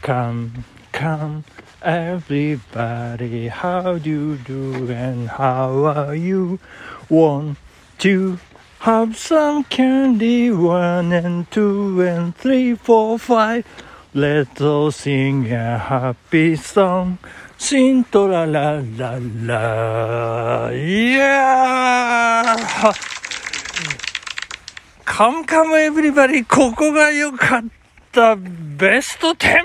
Come, come, everybody, how do you do and how are you? Want to have some candy? 1 and 2 and 3, 4, 5. Let's all sing a happy song. Sing to la la la la. Yeah! Come, come, everybody, ここが良かった。ベスト10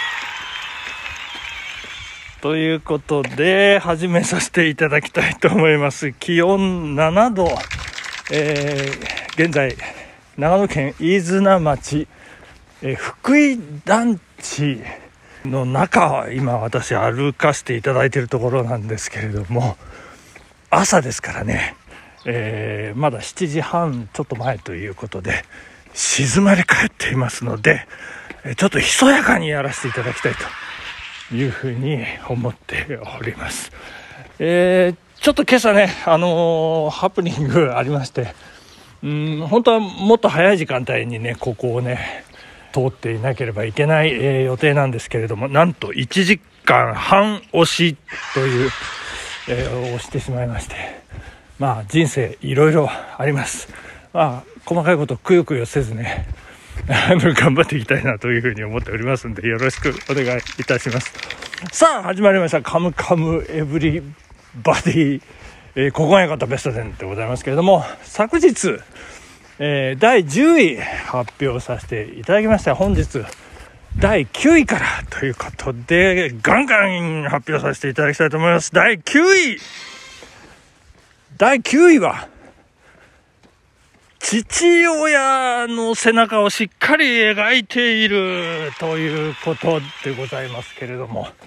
ということで始めさせていただきたいと思います。気温7度、現在長野県飯綱町、福井団地の中、今私歩かせていただいているところなんですけれども、朝ですからね、まだ7時半ちょっと前ということで静まり返っていますので、ちょっとひそやかにやらせていただきたいというふうに思っております。ちょっと今朝ね、ハプニングありまして、本当はもっと早い時間帯にね、ここをね通っていなければいけない、予定なんですけれども、なんと1時間半押しという、押してしまいまして、まあ人生いろいろあります。まあ細かいことくよくよせずね頑張っていきたいなというふうに思っておりますので、よろしくお願いいたします。さあ始まりました、カムカムエブリバディ、ここが良かったベスト10でございますけれども、昨日、第10位発表させていただきました。本日第9位からということでガンガン発表させていただきたいと思います。第9位は父親の背中をしっかり描いているということでございますけれども、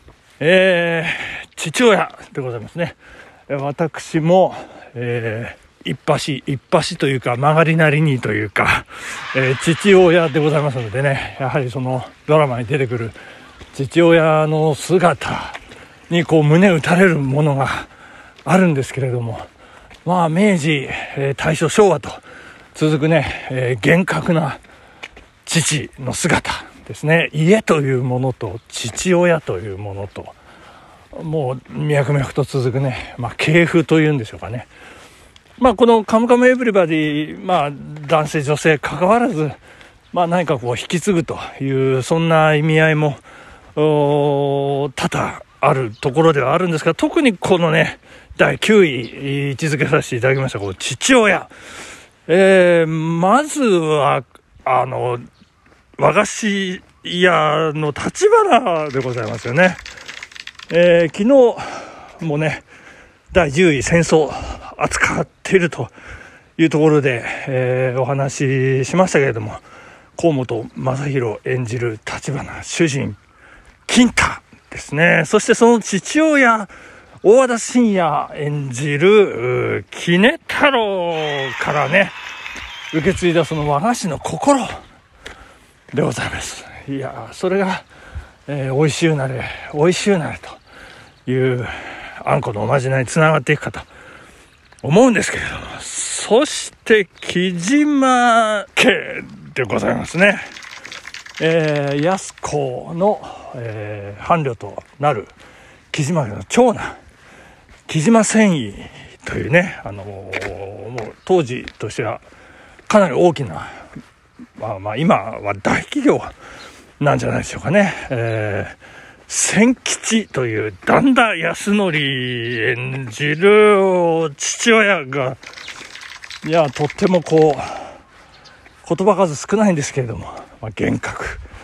父親でございますね。私も、一橋というか曲がりなりにというか、父親でございますのでね、やはりそのドラマに出てくる父親の姿にこう胸打たれるものがあるんですけれども、まあ明治、大正昭和と続くね、厳格な父の姿ですね。家というものと父親というものと、もう脈々と続くね、まあ系譜というんでしょうかね。まあこのカムカムエブリバディ、まあ男性女性関わらず、まあ何かこう引き継ぐというそんな意味合いも多々あるところではあるんですが、特にこのね第9位位置づけさせていただきましたこの父親、まずは和菓子屋の立花でございますよね。昨日もね第10位戦争扱っているというところで、お話ししましたけれども、河本正宏演じる立花主人金太ですね。そしてその父親大和田伸也演じる杵太郎からね受け継いだその和菓子の心でございます。いやそれが、美味しゅうなれ美味しゅうなれというあんこのおまじないにつながっていくかと思うんですけれども、そして木島家でございますね。安子の、伴侶となる木島家の長男木島繊維というね、もう当時としてはかなり大きな、まあ今は大企業なんじゃないでしょうかね。千吉という段田安則演じる父親が、いやとってもこう言葉数少ないんですけれども、厳格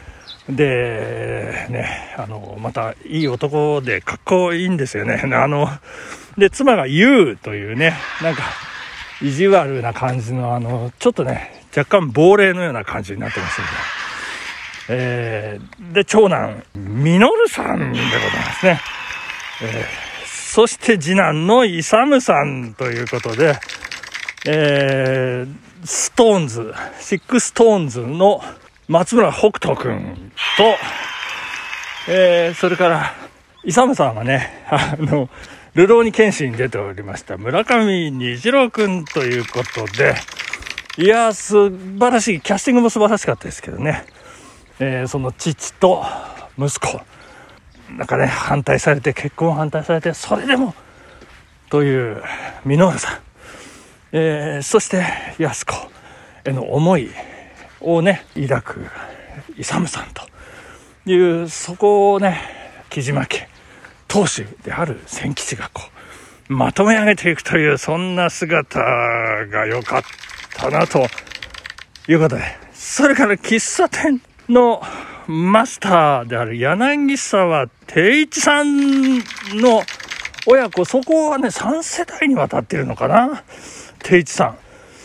でね、またいい男でかっこいいんですよね。で妻が優というね、なんか意地悪な感じのちょっとね若干亡霊のような感じになってますので、で長男実さんでございますね。そして次男の勇さんということで、ストーンズシックストーンズの松村北斗くんと、それから勇さんはね流浪に剣士に出ておりました村上虹郎くんということで、いや素晴らしいキャスティングも素晴らしかったですけどね、その父と息子なんかね反対されて、結婚を反対されて、それでもという箕浦さん、そして安子への思いをね抱く勇さんという、そこをね木島家当主である千吉がこうまとめ上げていくという、そんな姿が良かったなということで、それから喫茶店のマスターである柳沢定一さんの親子、そこはね3世代にわたっているのかな。定一さん、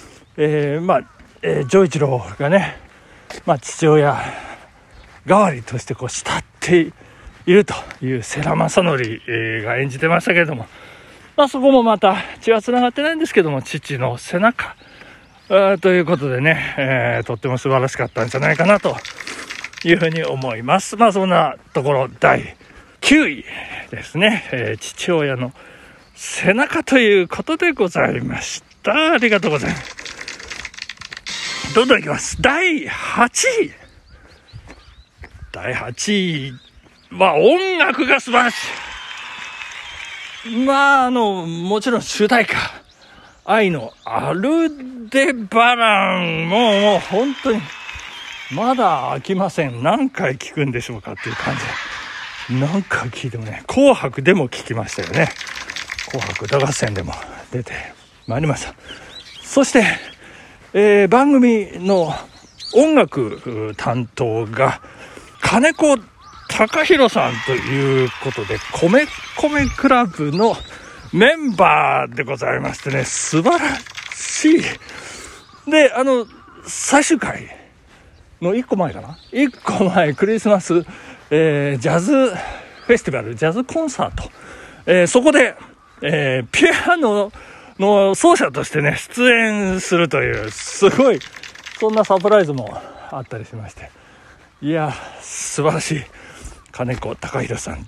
丈一郎がね、父親代わりとしてこう慕っているという世良正則が演じてましたけれども、そこもまた血はつながってないんですけども、父の背中ということでね、とっても素晴らしかったんじゃないかなというふうに思います。そんなところ第9位ですね、父親の背中ということでございました。ありがとうございます。どんどんいきます。第8位。第8位は音楽が素晴らしい。もちろん主題歌、愛のアルデバラン、もう本当にまだ飽きません。何回聞くんでしょうかっていう感じで、何回聞いてもね、紅白でも聞きましたよね。紅白歌合戦でも出てまいりました。そして、番組の音楽担当が金子隆弘さんということで、米米クラブのメンバーでございましてね、素晴らしい。で、最終回の1個前かな、1個前クリスマス、ジャズフェスティバル、ジャズコンサート、そこで、ピアノの奏者としてね出演するという、すごいそんなサプライズもあったりしまして、いや素晴らしい金子隆弘さんって。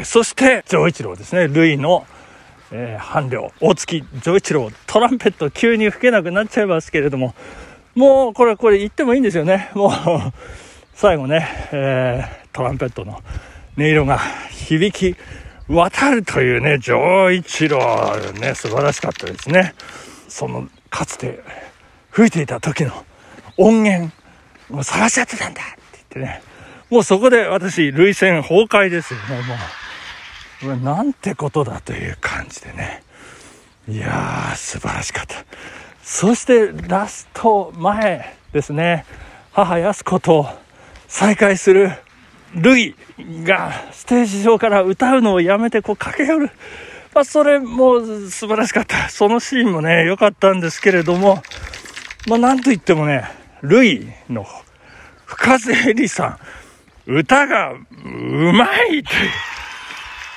そして丈一郎ですね、ルイの、伴侶大月丈一郎、トランペット急に吹けなくなっちゃいますけれども、もうこれ言ってもいいんですよね。もう最後ね、トランペットの音色が響き渡るというね、丈一郎ね、素晴らしかったですね。そのかつて吹いていた時の音源を探しちゃってたんだって言ってね、もうそこで私涙腺崩壊ですよね。もうなんてことだという感じでね、いやー素晴らしかった。そしてラスト前ですね、母安子と再会するルイがステージ上から歌うのをやめて駆け寄る、それも素晴らしかった。そのシーンもね良かったんですけれども、なんといってもね、ルイの深津絵里さん、歌がうまいという、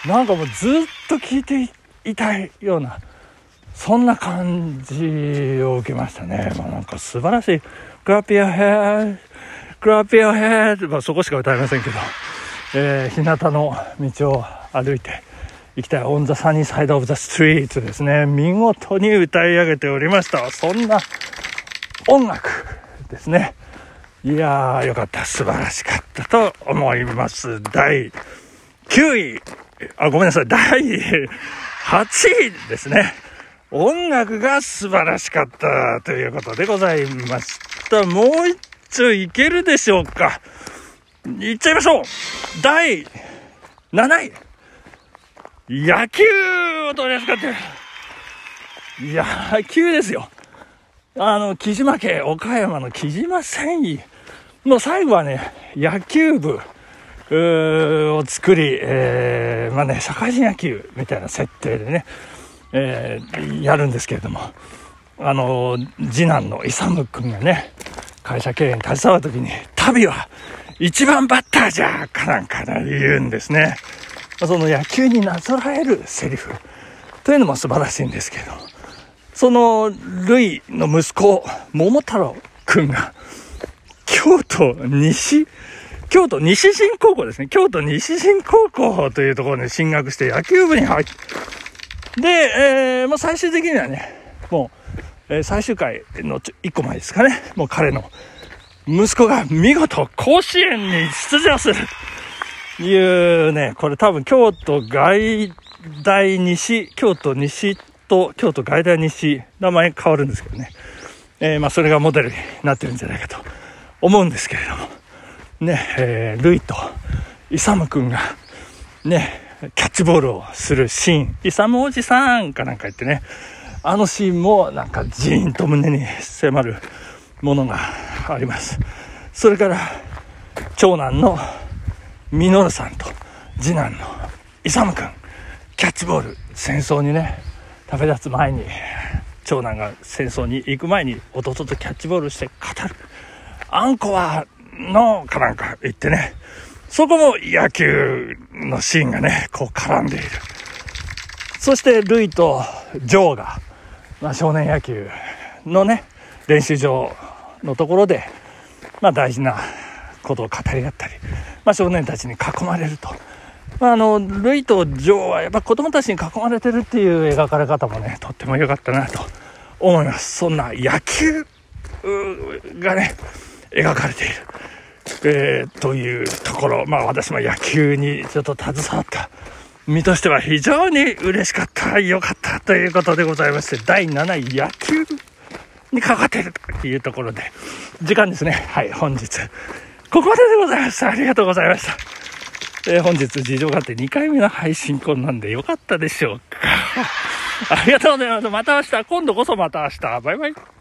なんかもうずっと聴いていたいような、そんな感じを受けましたね。なんか素晴らしい。Clap your hands, clap your hands、そこしか歌いませんけど、日向の道を歩いて行きたい On the sunny side of the street ですね、見事に歌い上げておりました。そんな音楽ですね。いやーよかった、素晴らしかったと思います。第9位、ごめんなさい、第8位ですね。音楽が素晴らしかったということでございました。もう一丁いけるでしょうか。いっちゃいましょう。第7位、野球を取り扱ってる。野球ですよ。木島家、岡山の木島繊維の最後はね、野球部を作り、社会人野球みたいな設定でね、やるんですけれども、次男の勇君がね会社経営に携わるときに、旅は一番バッターじゃかなんか言うんですね。その野球になぞらえるセリフというのも素晴らしいんですけど、そのルイの息子桃太郎君が京都西新高校ですね、京都西新高校というところに進学して野球部に入って、で、最終的にはね、もう、最終回の1個前ですかね、もう彼の息子が見事甲子園に出場するいうね、これ多分京都外大西、京都西と京都外大西、名前変わるんですけどね。それがモデルになってるんじゃないかと思うんですけれども。ね、ルイとイサムくんが、ね、キャッチボールをするシーン、イサムおじさんかなんか言ってね、あのシーンもなんかジーンと胸に迫るものがあります。それから長男のミノルさんと次男のイサム君、キャッチボール、戦争にね旅立つ前に、長男が戦争に行く前に弟とキャッチボールして語る、あんこはのかなんか言ってね、そこも野球のシーンがねこう絡んでいる。そしてルイとジョーが、少年野球のね練習場のところで、大事なことを語り合ったり、少年たちに囲まれると、ルイとジョーはやっぱ子供たちに囲まれてるっていう描かれ方もねとっても良かったなと思います。そんな野球がね描かれている、というところ、私も野球にちょっと携わった身としては非常に嬉しかった、良かったということでございまして、第7位野球にかかっているというところで時間ですね。はい、本日ここまででございました。ありがとうございました。本日事情があって2回目の配信こんなんでよかったでしょうか。ありがとうございます。また明日、今度こそまた明日、バイバイ。